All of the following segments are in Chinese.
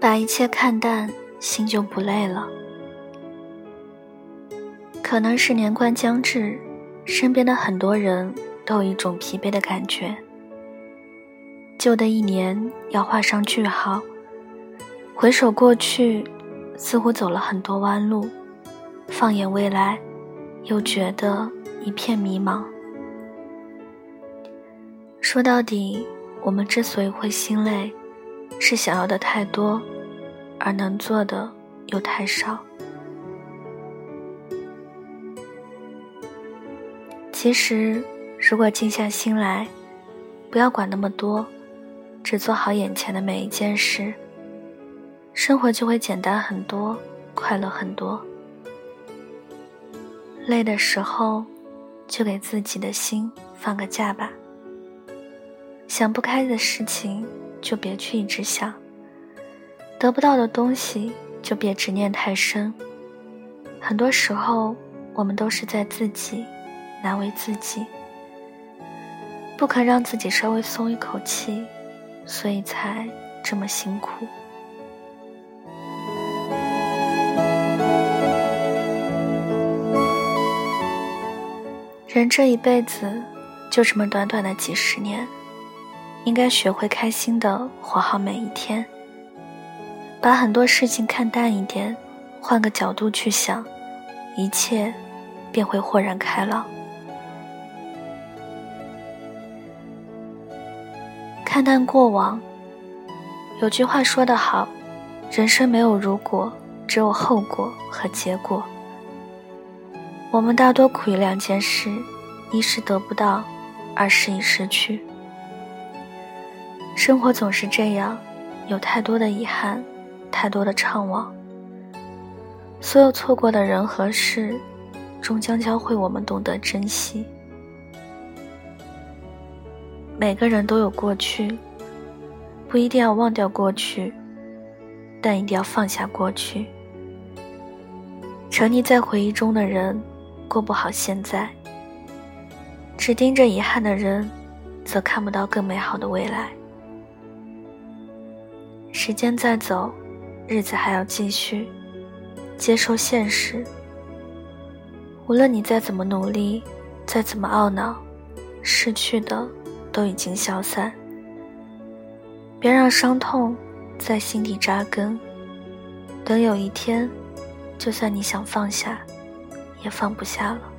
把一切看淡，心就不累了。可能是年关将至，身边的很多人都有一种疲惫的感觉。旧的一年要画上句号，回首过去，似乎走了很多弯路，放眼未来，又觉得一片迷茫。说到底，我们之所以会心累，是想要的太多，而能做的又太少。其实，如果静下心来，不要管那么多，只做好眼前的每一件事，生活就会简单很多，快乐很多。累的时候，就给自己的心放个假吧。想不开的事情，就别去一直想。得不到的东西，就别执念太深。很多时候，我们都是在自己难为自己，不肯让自己稍微松一口气，所以才这么辛苦。人这一辈子就这么短短的几十年，应该学会开心地活好每一天，把很多事情看淡一点，换个角度去想，一切便会豁然开朗。看淡过往，有句话说得好，人生没有如果，只有后果和结果。我们大多苦于两件事，一是得不到，二是已失去。生活总是这样，有太多的遗憾，太多的怅惘。所有错过的人和事，终将教会我们懂得珍惜。每个人都有过去，不一定要忘掉过去，但一定要放下过去。沉溺在回忆中的人，过不好现在；只盯着遗憾的人，则看不到更美好的未来。时间在走，日子还要继续，接受现实。无论你再怎么努力，再怎么懊恼，逝去的都已经消散。别让伤痛在心底扎根，等有一天，就算你想放下，也放不下了。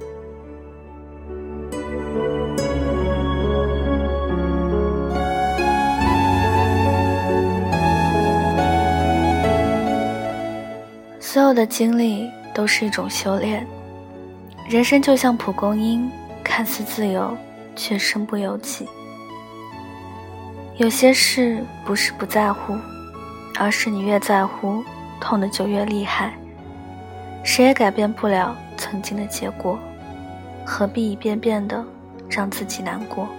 所有的经历都是一种修炼，人生就像蒲公英，看似自由，却身不由己。有些事不是不在乎，而是你越在乎，痛的就越厉害。谁也改变不了曾经的结果，何必一遍遍的让自己难过？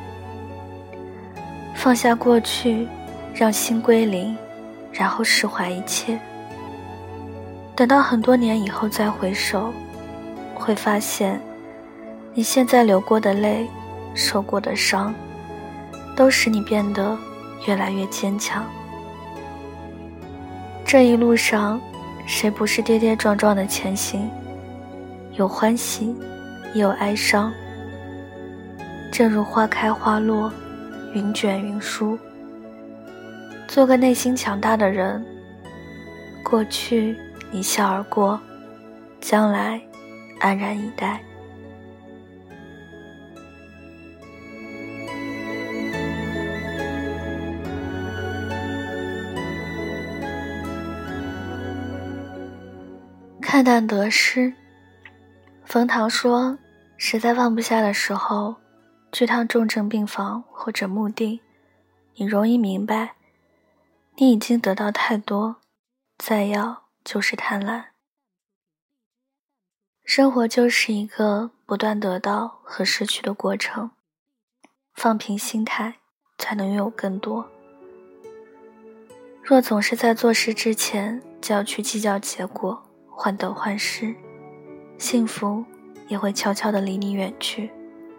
放下过去，让心归零，然后释怀一切。等到很多年以后再回首，会发现你现在流过的泪，受过的伤，都使你变得越来越坚强。这一路上，谁不是跌跌撞撞的前行？有欢喜，也有哀伤。正如花开花落，云卷云舒。做个内心强大的人，过去一笑而过，将来安然以待。看淡得失。冯唐说，实在放不下的时候，去趟重症病房或者墓地，你容易明白，你已经得到太多，再要就是贪婪。生活就是一个不断得到和失去的过程，放平心态，才能拥有更多。若总是在做事之前就要去计较结果，患得患失，幸福也会悄悄地离你远去。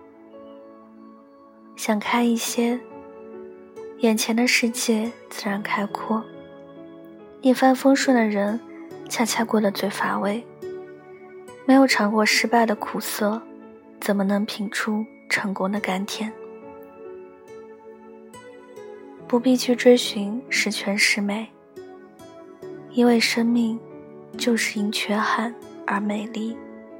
想开一些，眼前的世界自然开阔。 一帆风顺的人恰恰过得最乏味，没有尝过失败的苦涩，怎么能品出成功的甘甜？不必去追寻十全十美，因为生命就是因缺憾而美丽。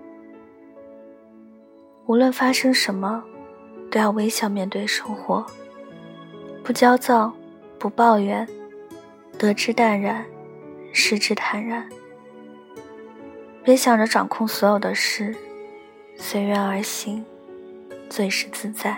无论发生什么，都要微笑面对生活，不焦躁，不抱怨，得之淡然，失之坦然。别想着掌控所有的事，随缘而行，最是自在。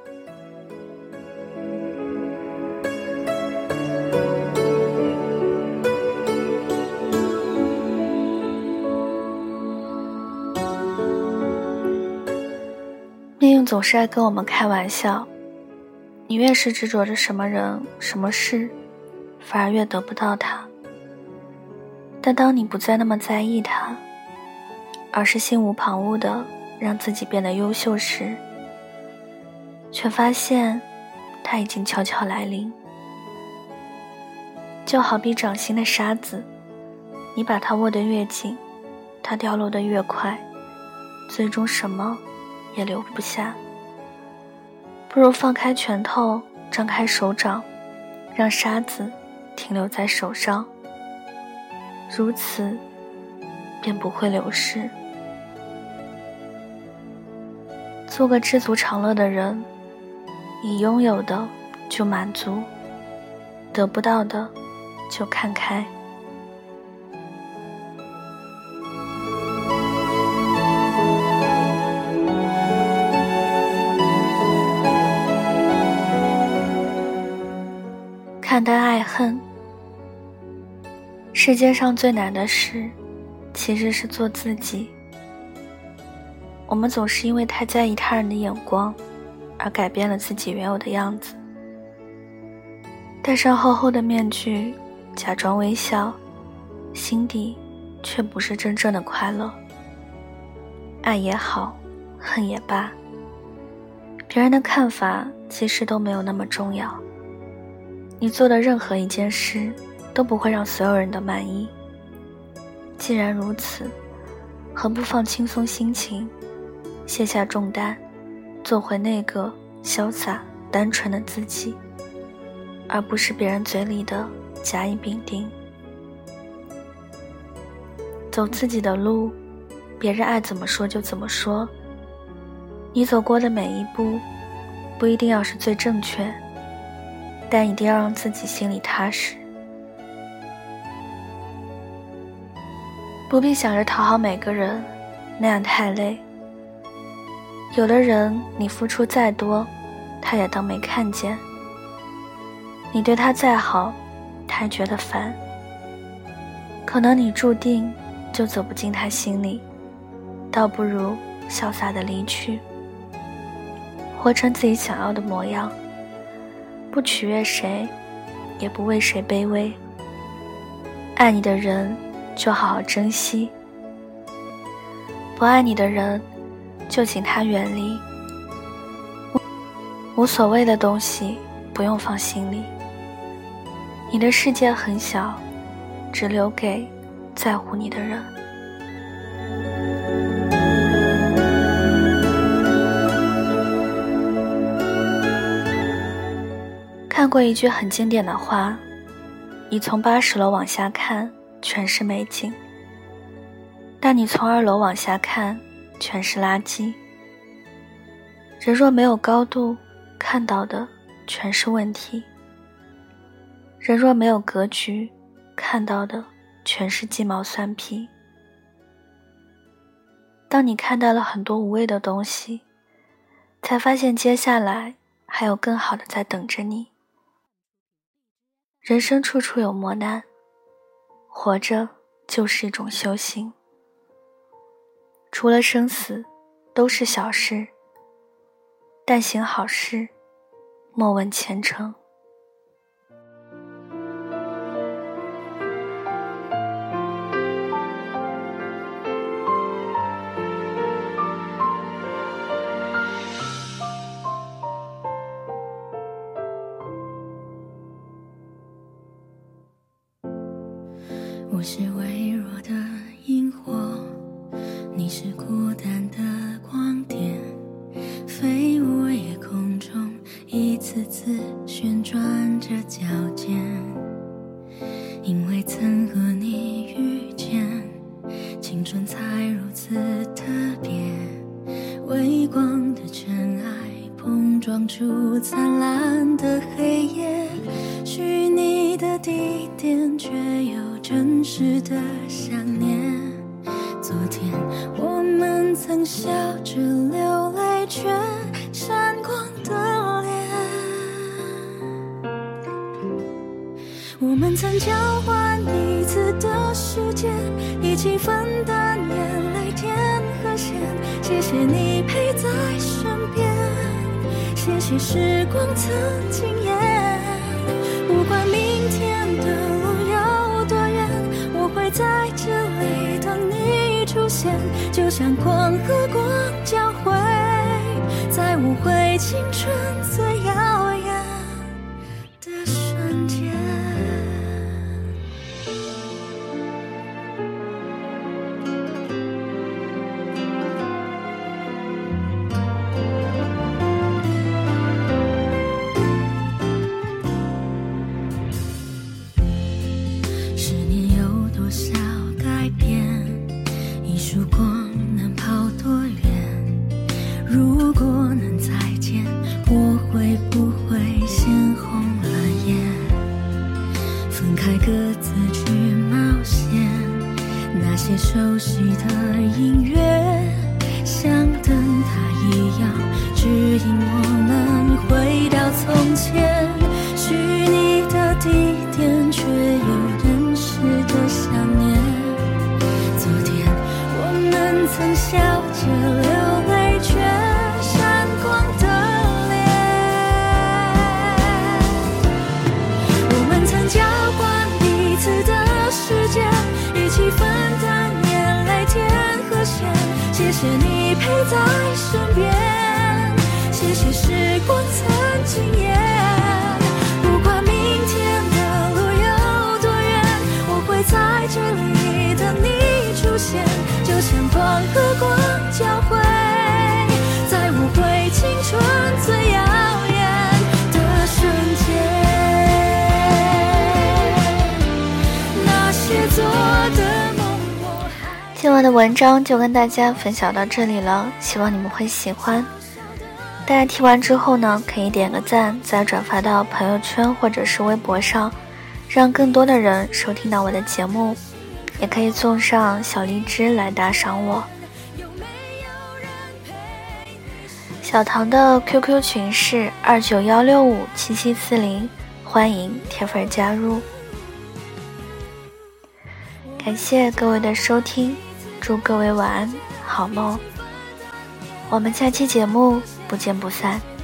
命运总是爱跟我们开玩笑，你越是执着着什么人什么事，反而越得不到它。但当你不再那么在意它，而是心无旁骛地让自己变得优秀时，却发现它已经悄悄来临。就好比掌心的沙子，你把它握得越紧，它掉落得越快，最终什么也留不下。不如放开拳头，张开手掌，让沙子停留在手上，如此便不会流失。做个知足常乐的人，已拥有的就满足，得不到的就看开。看淡爱恨。世界上最难的事，其实是做自己。我们总是因为太在意他人的眼光，而改变了自己原有的样子，戴上厚厚的面具，假装微笑，心底却不是真正的快乐。爱也好，恨也罢，别人的看法其实都没有那么重要。你做的任何一件事都不会让所有人都满意。既然如此，何不放轻松心情，卸下重担，做回那个潇洒单纯的自己，而不是别人嘴里的甲乙丙丁。走自己的路，别人爱怎么说就怎么说。你走过的每一步，不一定要是最正确，但一定要让自己心里踏实。不必想着讨好每个人，那样太累。有的人你付出再多，他也当没看见。你对他再好，他也觉得烦。可能你注定就走不进他心里，倒不如潇洒地离去，活成自己想要的模样，不取悦谁，也不为谁卑微。爱你的人就好好珍惜，不爱你的人就请他远离。无所谓的东西不用放心里，你的世界很小，只留给在乎你的人。看过一句很经典的话，你从80楼往下看，全是美景，但你从2楼往下看，全是垃圾。人若没有高度，看到的全是问题；人若没有格局，看到的全是鸡毛蒜皮。当你看到了很多无谓的东西，才发现接下来还有更好的在等着你。人生处处有磨难，活着就是一种修行。除了生死，都是小事，但行好事，莫问前程。 我是微弱的萤火，你是孤单的光点，飞舞夜空中，一次次旋转着脚尖。因为曾和你遇见，青春才如此特别，微光的尘埃碰撞出灿烂的黑夜，虚拟的地点却有真实的想念。昨天我们曾笑着流泪，却闪光的脸。我们曾交换彼此的时间，一起分担眼泪甜和咸。谢谢你陪在身边，谢谢时光曾惊艳。不管明天的路有多远，我会在这里等你出现，就像光和光交汇，在无悔青春最耀眼的瞬间。10年有多少改变，一束光能跑多远？如果能再见，我会不会先红了眼？分开各自去冒险，那些熟悉的音乐，像灯塔一样指引我们回到从前。虚拟的地点却有真实的想念。昨天我们曾笑着流泪，却闪光的脸。我们曾交换彼此的时间，一起分担眼泪甜和咸。谢谢你陪在身边，谢谢时光曾惊艳。不管明天的路有多远，我会在这里等你出现，就像光和光交汇，在无悔青春最耀眼的瞬间。那些做的梦， 今晚的文章就跟大家分享到这里了，希望你们会喜欢。大家听完之后呢，可以点个赞，再转发到朋友圈或者是微博上，让更多的人收听到我的节目。也可以送上小荔枝来打赏我。小唐的 QQ 群是291657740，欢迎铁粉加入。感谢各位的收听，祝各位晚安好梦，我们下期节目不见不散。